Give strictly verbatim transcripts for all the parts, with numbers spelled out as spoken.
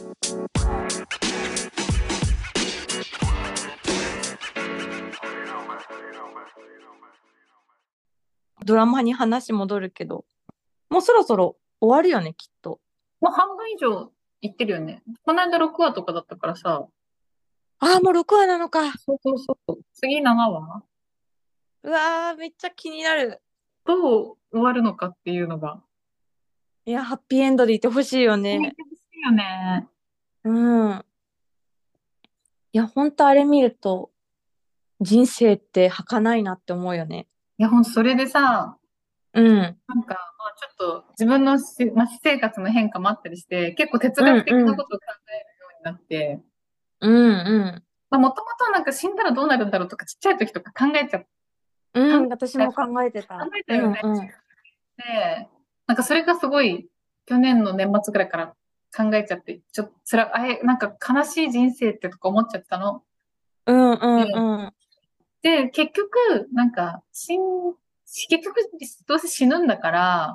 ドラマに話戻るけど、もうそろそろ終わるよね、きっと。 もう半分以上いってるよね。この間ろくわとかだったからさ。 ああ、もうろくわなのか。 そうそうそう。次ななわうわー、めっちゃ気になる。 どう終わるのかっていうのが。 いや、ハッピーエンドでいてほしいよ見ね。 てほしいよね。 うん。いや、ほんとあれ見ると、人生って儚いなって思うよね。 いや、ほんとそれでさ、 うん。 なんか、まあ、ちょっと自分のし、まあ、私生活の変化もあったりして、結構哲うん学的なうん。 ことを考えるようになって、 うんうん。 まあ、もともとなんか死んだらどうなるんだろうとか、ちっちゃい時とか考えちゃ、考うん、私えた、 も考えて考た。うえたよね。 んうん。 で、なんかそれがすごい、去年の年末ぐらいから考えちゃって、ちょっとつら、あれ、なんか悲しい人生ってとか思っちゃってたの。 うんうんで、 うん。 で結局、なんか、死ん、結局、どうせ死ぬんだから、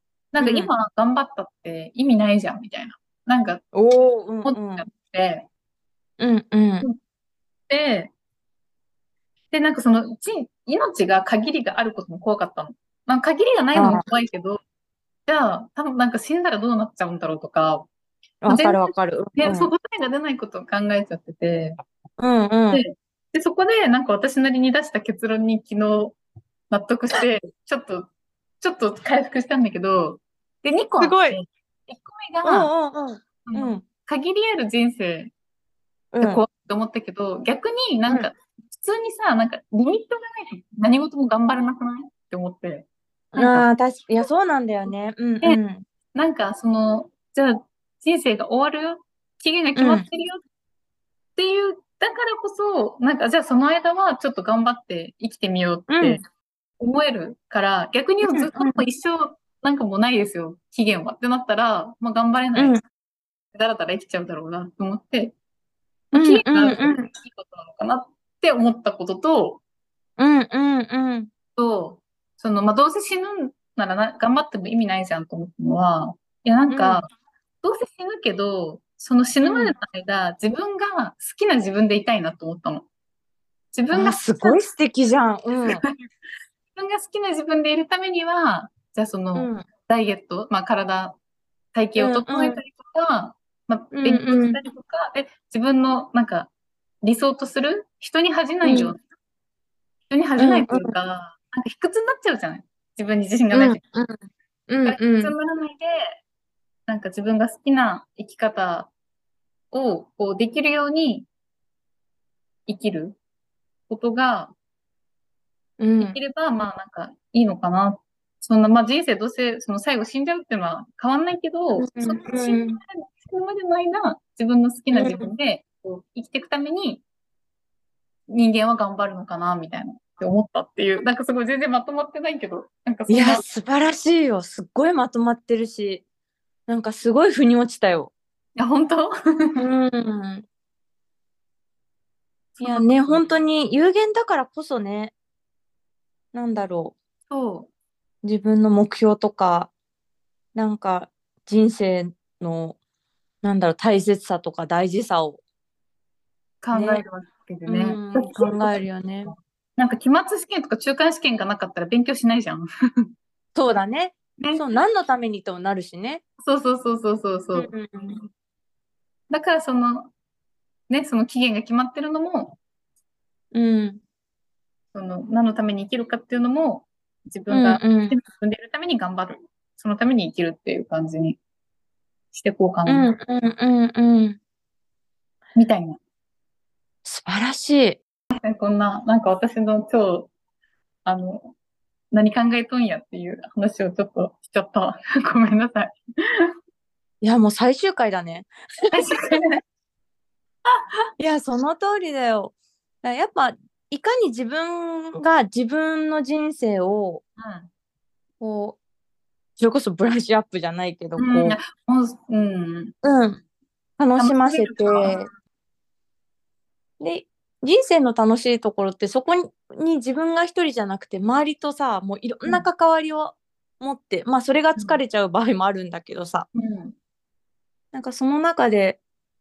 なんかうん。 今頑張ったって意味ないじゃん、みたいな。なんかおー、うん思っちゃっうん。 て、 うんうん。 で、で、なんかその、ち命が限りがあることも怖かったの。まあ、限りがないのもあ怖いけど、じゃあ、多分なんか死んだらどうなっちゃうんだろうとか、 あ、わかもう全然、 るわかる。うね、そう、 ん答えが出ないことを考えちゃってて、 うんうん。 で、で、そこでなんか私なりに出した結論に昨日納得して、ちょっと、ちょっと回復したんだけど、で、にこあすごい。 って、いっこめうが、 んうんその、 うん。うん。 限りある人生っうん。 て怖いと思ったけど、逆になうん。 んか、普通にさ、なんか、リミットがないと何事も頑張れなくないって思って、なんか、 ああ、たし、いや、そうなんだよね。うんで、 うん。 なんか、その、じゃあ、人生が終わるよ、期限が決まっうん。 てるよっていう、だからこそ、なんか、じゃあその間はちょっと頑張って生きてみようってうん。 思えるから、逆に言うとずっともう一生なんかもうないですよ、期限は。ってなったら、まあ頑張れない。 うん。 だらだら生きちゃうだろうなと思って、まあ、期うん。うん。 限があるのうん。 いいことなのかなって思ったことと、 うん。うん。うん。 と、その、まあどうせ死ぬならな頑張っても意味ないじゃんと思ったのは、いやなんか、 うん。 どうせ死ぬけど、その死ぬまでの間、自分が好きな自分でいたいなと思ったの。自分あー、 が好きなすごい素敵じゃん。うん。 自分が好きな自分でいるためには、じゃあその、 うん。 ダイエット、まあ体、体型をうん。うん。 整えたりとか、まあうん。 勉強しうん。 たりとか、で、自分のなんか理想とする人に恥じないような、 うん。 人に恥うん。 じないというか、なんか卑屈になっちゃうじゃない自分に自信がうん。 ないと。 うん。 だから卑屈うん。 にならないで、なんか自分が好きな生き方をこうできるように生きることがうん。 生きれば、まあなんかいいのかな。そんな、まあ人生どうせその最後死んじゃうっていうのは変わんないけど、その死ぬうん。 までの間、自分の好きな自うん。 分でこう生きていくために人間は頑張るのかな、みたいなって思ったっていう、なんかすごい全然まとまってないけど、なんかいや、 そんな、い素晴らしいよ。すっごいまとまってるし、なんかすごい腑に落ちたよ。 や、本当うん。いそんやね、 なこと。 本当に有限だからこそね、なんだろそうう。自分の目標とか、なんか人生の、なんだろう、大切さとか大事さをね、 考えるわけでうね。 ん、考えるよね。 なんか期末試験とか中間試験がなかったら勉強しないじゃん。 そうだね。 ね。 そう、何のためにともなるしね。 そうそうそうそうそうそうう。 ん。 だからその、ね、その期限が決まってるのも、 うん。 その、何のために生きるかっていうのも、自う分がんうん。 自分でいるために頑張る。そのために生きるっていう感じにしていこうかな。 うんうんうんうん。 みたいな。 素晴らしい。 こんな、なんか私の今日、あの、何考えとんやっていう話をちょっとしちゃった。ごめんなさい。 いや、もう最終回だね。 最初からね。 いや、その通りだよ。だからやっぱ、いかに自分が自分の人生を、こう、それこそブラッシュアップじゃないけど、 うん。うん、いやこもう、うん。 う、うん、楽し楽しめませるか。 て、で、人生の楽しいところってそこに、に自分が一人じゃなくて周りとさ、もういろんなうん。 関わりを持って、まあそれがうん。 疲れちゃう場合もあるんだけどさ、 うん。 なんかその中で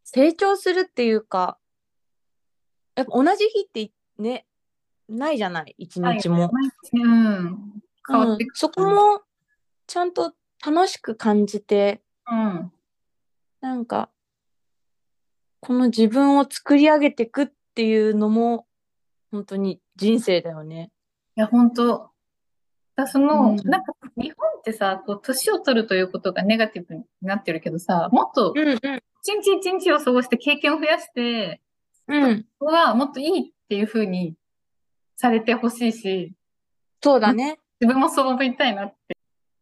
成長するっていうか、やっぱ同じ日ってね、ないじゃない、一はい、 日も。 毎日、うん、変わってくうん、そこる。 もちゃんと楽しく感じて、 うん。 なんか、この自分を作り上げていくっていうのも、本当に人生だよね。 いや、本当だその、 うん。 なんか、日本ってさ、こう、年を取るということがネガティブになってるけどさ、もっと、 うんうん一日一日を過ごして経験を増やして、人うん。 はもっといいっていう風にされてほしいし、もそうだね。 自分もそう思いたいなって。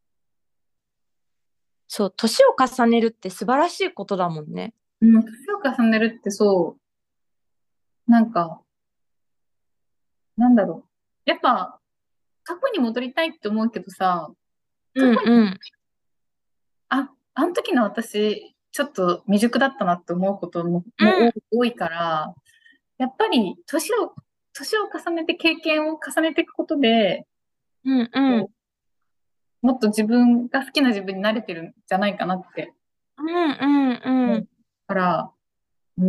そう、年を重ねるって素晴らしいことだもんね。 うん、年を重ねるってそう、なんか、なんだろう。やっぱ、過去に戻りたいって思うけどさ、過うん去に、 うん。 あ、あの時の私、ちょっと未熟だったなって思うことも、もうん多いから、やっぱり、年を、年を重ねて経験を重ねていくことで、 うんうん。 こうもっと自分が好きな自分になれてるんじゃないかなってうんうん思ううん。 から、うん。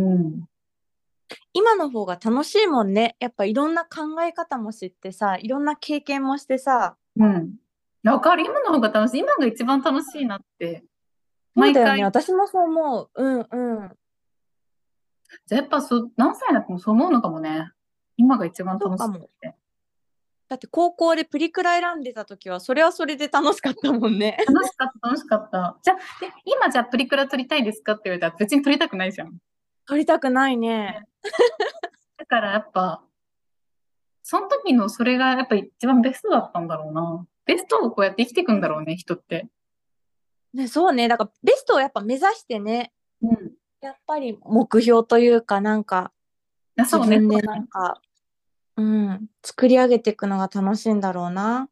今の方が楽しいもんね。やっぱいろんな考え方も知ってさ、いろんな経験もしてさ。 うん。わかる。今の方が楽しい。今が一番楽しいなって、 そうだよね。 毎回。 私もそう思う。うんうん。 じゃあやっぱそう、何歳になってもそう思うのかもね。今が一番楽しいっそうかも。 て。 だって高校でプリクラ選んでた時は、それはそれで楽しかったもんね。 楽しかった、楽しかった。じゃあ、で今じゃあプリクラ撮りたいですかって言われたら別に撮りたくないじゃん。 撮りたくないね。 だからやっぱ、その時のそれがやっぱ一番ベストだったんだろうな。ベストをこうやって生きていくんだろうね、人って。 ね、そうね。だからベストをやっぱ目指してね、 うん。 やっぱり目標というかなんかあ、そうね。 自分でなんか、うん、作り上げていくのが楽しいんだろうな。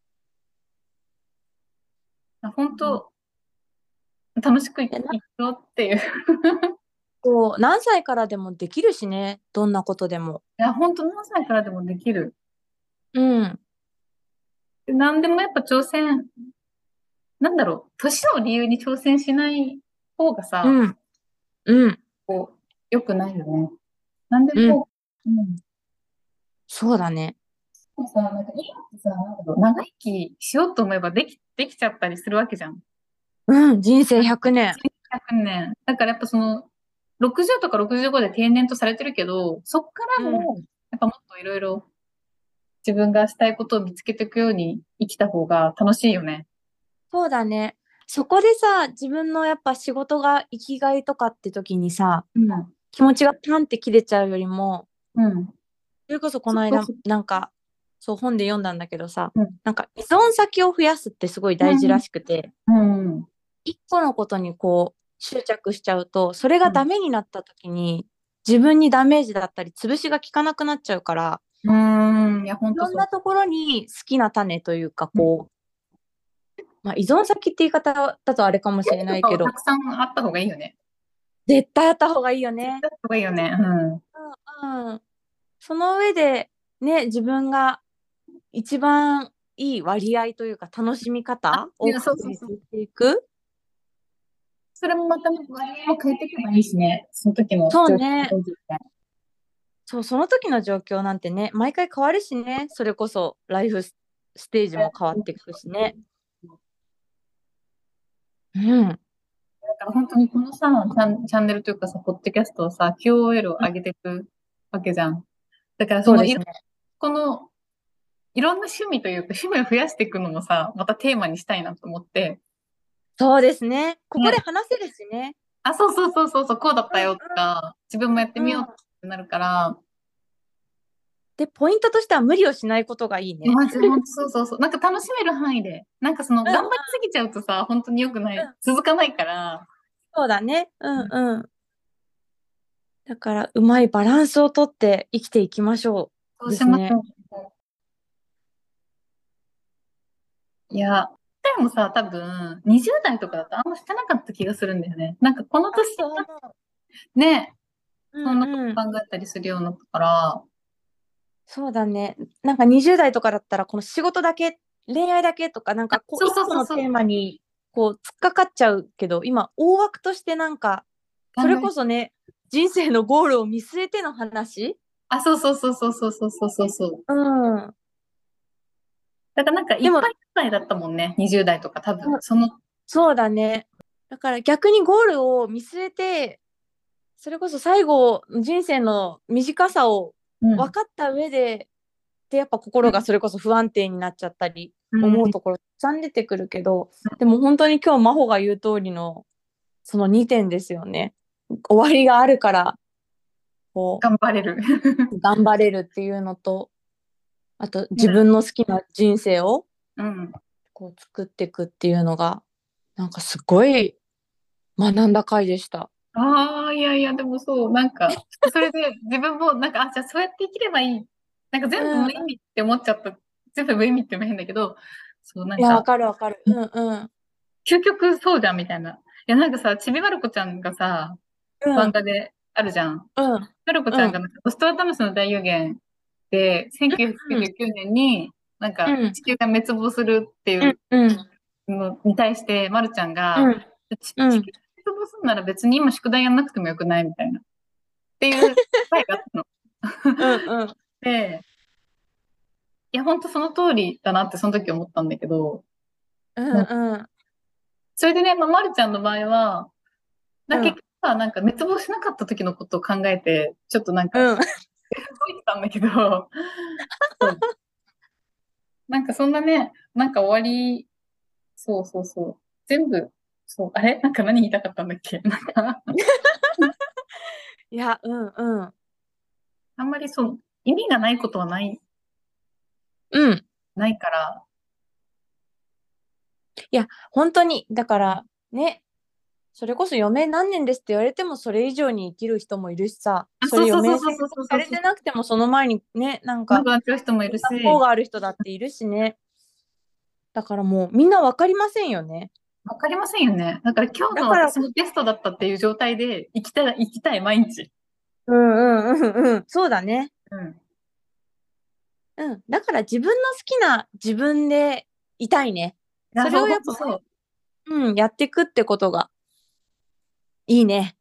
本うん、 当、楽しくいでないくよっていう。いそう何歳からでもできるしね、どんなことでも。 や、本当何歳からでもできる。 うん、 で何でもやっぱ挑戦、なんだろう、年を理由に挑戦しない方がさ、 うん、うん、 こう、良くないよね。なんでうん、 も、うん。 そうだね。 でもさ、なんか今ってさ、なんだろう、長生きしようと思えばでき、できちゃったりするわけじゃん。 うん、人生ひゃくねん。 ひゃくねん。だからやっぱその、ろくじゅうとかろくじゅうごで定年とされてるけど、そっからうん、 も、やっぱもっといろいろ自分がしたいことを見つけていくように生きた方が楽しいよね。 そうだね。そこでさ、自分のやっぱ仕事が生きがいとかって時にさ、 うん。 気持ちがパンって切れちゃうよりも、 うん。 それこそこの間、 そうそうそう。 なんか、そう本で読んだんだけどさ、 うん。 なんか依存先を増やすってすごい大事らうん。 しくて、 うん。 一個のことにこう執着しちゃうと、それがダうん。 メになった時に、自分にダメージだったり、潰しが効かなくなっちゃうから、 うーん。いや、ほんいろんとそなところに好きな種というか、 う。うん。 こう、まあ、依存先って言い方だとあれかもしれとかをたないけど、 くさんあった方がいいよね。 絶対あった方がいいよね。 絶対あった方がいいよね。うん。 うんうん。その上で、ね、自分が一番いい割合というか楽しみ方をいや、そう確そうそう。 立していく。 それもまたね、割合も変えていけばいいしね。その時の状況にそうね。 応じて。 そう、その時の状況なんてね、毎回変わるしね、それこそライフスステージも変わっていくしね。うん。 だから本当にこのさ、チャン、チャンネルというかさ、ポッドキャストをさ、キューオーエル を上げていくわけじゃん。だからそのいろ、 そうですね。 この、いろんな趣味というか、趣味を増やしていくのもさ、またテーマにしたいなと思って。 そうですね。ここでね。 話せるしね。 あ、そうそうそうそうそう、こうだったよとうか、自分もやってみんうん。 ようってなるから、 で、ポイントとしては無理をしないことがいいね。 マジ、本当そうそうそう。なんか楽しめる範囲で。なんかその、 うんうん頑張りすぎちゃうとさ、本当に良くない。 うん。 続かないから。 そうだね。うんうん。だから、うまいバランスをとって生きていきましょそううですね。 しましょう。いや、でもさ、多分、にじゅう代とかだとあんましてなかった気がするんだよね。なんかこのあ、 年、 そう思う。 ね、 うんそんなことうん。 考えたりするようになったから、 そうだね。なんかにじゅう代とかだったら、この仕事だけ、恋愛だけとか、なんかこう、 そう一そうそうそう。 個のテーマにこう突っかかっちゃうけど、今、大枠としてなんかそれこそね、人生のゴールを見据えての話。 あ、そうそうそうそうそうそうそうそう。 うん。 だからなんかいっぱいいっぱいだったもんね、にじゅう代とか多分。その、 そうだね。だから逆にゴールを見据えて、それこそ最後、人生の短さを分かった上で、で、やっぱ心がそれこそ不安定になっちゃったり、思うところたくさん出てくるけど、でも本当に今日真帆が言う通りの、そのにてんですよね。終わりがあるから、こう、 頑張れる。 頑張れるっていうのと、あと自分の好きな人生をこう作っていくっていうのが、なんかすごい学んだ回でした。 ああ、いやいや、でもそう、なんか、それで自分も、なんか、あ、じゃあそうやって生きればいい。なんか全部無意味って思っちゃった。うん、全部無意味っても変だけど、そう、なんか。 いや、わかるわかる。うんうん。 究極そうじゃんみたいな。いや、なんかさ、ちびまる子ちゃんがさ、 うん、 漫画であるじゃん。 うん、 まる子ちゃんがなんか、ノストラダムスの大予言で、せんきゅうひゃくきゅうじゅうきゅうねんに、なんか、地球が滅亡するっていうのに対して、まるちゃんが、 うん地球が滅亡するなら別に今宿題やんなくてもよくないみたいな。っていう回があったの。 うんうん、 で、いや、ほんとその通りだなってその時思ったんだけど、 うんうん、 それでね、まあ、まるちゃんの場合は、だ結局はなんか滅亡しなかった時のことを考えて、ちょっとなんか、 うん、 動いてたんだけど、なんかそんなね、なんか終わり、そうそうそう、全部、そう、あれなんか何言いたかったんだっけなんかいや、うんうん。 あんまりそう、意味がないことはない、 うん。 ないから。 いや、本当に、だからね、それこそ余命何年ですって言われてもそれ以上に生きる人もいるしさ、 あ、 それ余そうそうそう命宣告そうそうそうそう。 されてなくてもその前にね、なんか、 亡くなっちゃう人もいるし。 不幸がある人だっているしね。だからもうみんな分かりませんよね。 わかりませんよね。だから今日のだから、 私のテストだったっていう状態で生きたい、生きたい毎日。 うんうんうんうん、そうだね。 うん。 うん。だから自分の好きな自分でいたいね。 いや、そう、 それをやっぱ、 ほんとそう。 うん、やっていくってことがいいね。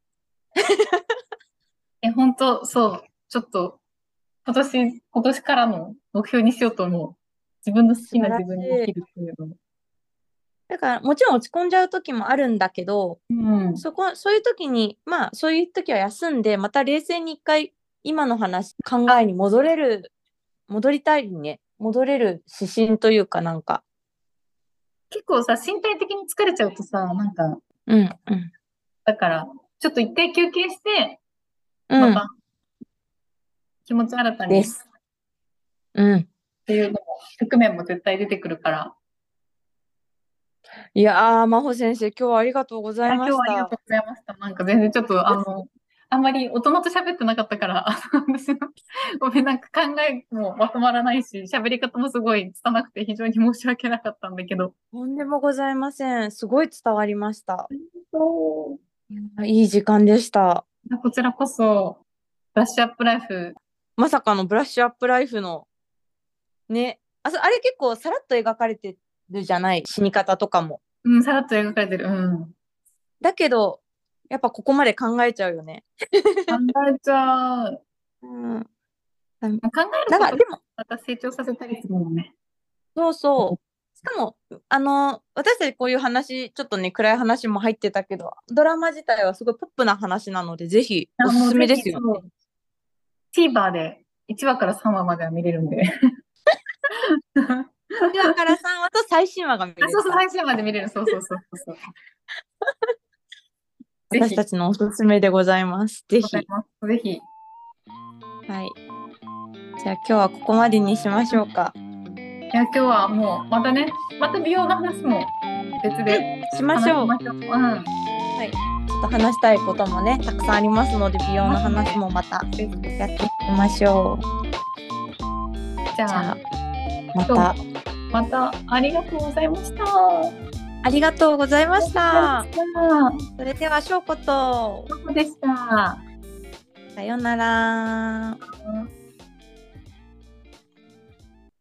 え、本当そう。ちょっと、今年、今年からの目標にしようと思う。自分の好きな素晴らし自分に生きい。 るっていうの。 だからもちろん落ち込んじゃう時もあるんだけど、 うん。 そこ、そういう時に、まあそういう時は休んで、また冷静に一回今の話、考あ、 えに戻れる、戻りたいね。戻れる指針というかなんか。 結構さ、身体的に疲れちゃうとさ、なんか、 うんうん。 だから、ちょっと一回休憩して、 うん。 また気持ち新たにっです。うん。 ていうのも、側面も絶対出てくるから。 いやー、真帆先生、今日はありがとうございいや、今日ました。 はありがとうございました。なんか全然ちょっと、あの、あんまり大人と喋ってなかったから、あの私の、ごめん、なんか考えもまとまらないし、喋り方もすごい拙くて非常に申し訳なかったんだけど。 とんでもございません。すごい伝わりました。 そいやいい時間でした。 う。こちらこそ、ブラッシュアップライフ。 まさかのブラッシュアップライフのね、あ、そあれ結構さらっと描かれてるじゃない、死に方とかも。 うん、さらっと描かれてる。うん。 だけど、やっぱここまで考えちゃうよね。 考えちゃう。 うん。 考えることがだからでも、 また成長させたりするもんね。 そうそう。しかも、あの、私たちこういう話、ちょっとね、暗い話も入ってたけど、ドラマ自体はすごいポップな話なので、ぜひおあ、 すすもうぜひ、 めですよね。 そう、TVer でいちわからさんわまでは見れるんで。 いちわからさんわと最新話が見あ、そうそう、 れるから。 最新まで見れる。そうそうそうそう。ぜひ、 私たちのおすすめでございます。ぜひ。 ございます。ぜひ。 はい。じゃあ今日はここまでにしましょうか。 いや、今日はもう、またね、また美容の話も別でしましょう。 話しましょう。うん。 はい。ちょっと話したいこともね、たくさんありますので、美容の話もまたやっていきましょう。 じゃあ、 じゃあまた。 またありがとうございました。 ありがとうございました。 したそれでは、しょうこと。 そうでした。 さようなら。